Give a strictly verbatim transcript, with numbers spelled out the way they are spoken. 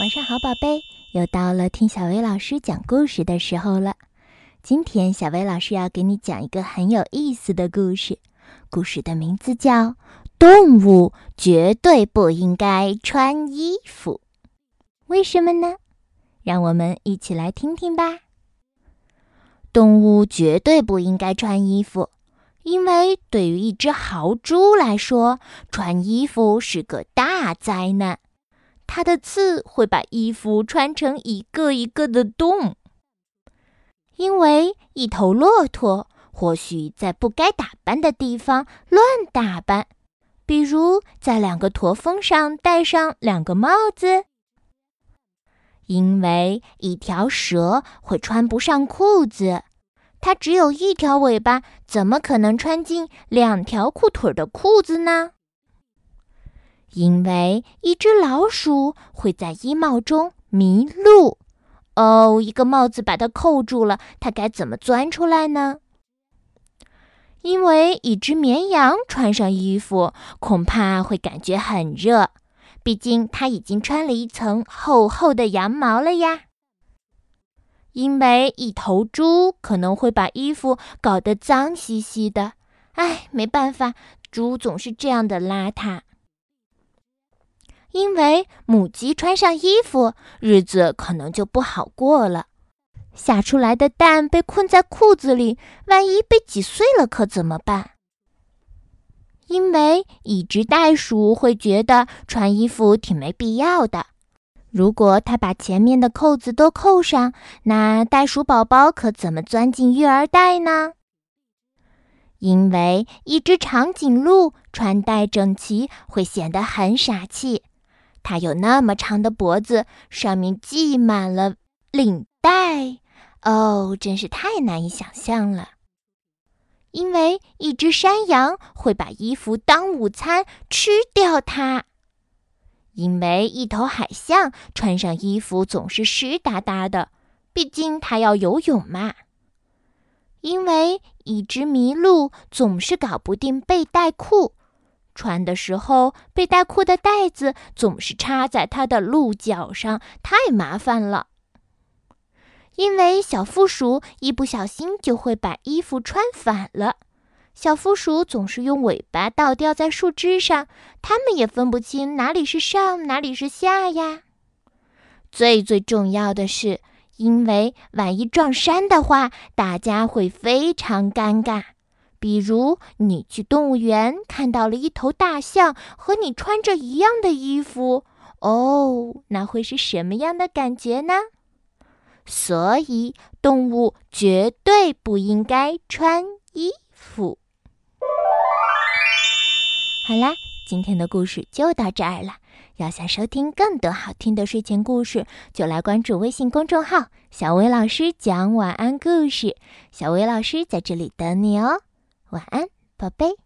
晚上好，宝贝，又到了听小薇老师讲故事的时候了。今天小薇老师要给你讲一个很有意思的故事，故事的名字叫《动物绝对不应该穿衣服》。为什么呢？让我们一起来听听吧。动物绝对不应该穿衣服，因为对于一只豪猪来说，穿衣服是个大灾难。它的刺会把衣服穿成一个一个的洞。因为一头骆驼或许在不该打扮的地方乱打扮，比如在两个驼峰上戴上两个帽子。因为一条蛇会穿不上裤子，它只有一条尾巴，怎么可能穿进两条裤腿的裤子呢？因为一只老鼠会在衣帽中迷路，哦，一个帽子把它扣住了，它该怎么钻出来呢？因为一只绵羊穿上衣服，恐怕会感觉很热，毕竟它已经穿了一层厚厚的羊毛了呀。因为一头猪可能会把衣服搞得脏兮兮的，唉，没办法，猪总是这样的邋遢。因为母鸡穿上衣服，日子可能就不好过了。下出来的蛋被困在裤子里，万一被挤碎了可怎么办？因为一只袋鼠会觉得穿衣服挺没必要的，如果它把前面的扣子都扣上，那袋鼠宝宝可怎么钻进育儿袋呢？因为一只长颈鹿穿戴整齐会显得很傻气，它有那么长的脖子，上面系满了领带，哦，真是太难以想象了。因为一只山羊会把衣服当午餐吃掉它。因为一头海象穿上衣服总是湿哒哒的，毕竟它要游泳嘛。因为一只麋鹿总是搞不定背带裤，穿的时候背带裤的带子总是插在它的鹿角上，太麻烦了。因为小负鼠一不小心就会把衣服穿反了，小负鼠总是用尾巴倒吊在树枝上，它们也分不清哪里是上哪里是下呀。最最重要的是，因为万一撞衫的话，大家会非常尴尬。比如你去动物园看到了一头大象和你穿着一样的衣服，哦，那会是什么样的感觉呢？所以动物绝对不应该穿衣服。好啦，今天的故事就到这儿了。要想收听更多好听的睡前故事，就来关注微信公众号小薇老师讲晚安故事，小薇老师在这里等你哦。晚安，宝贝。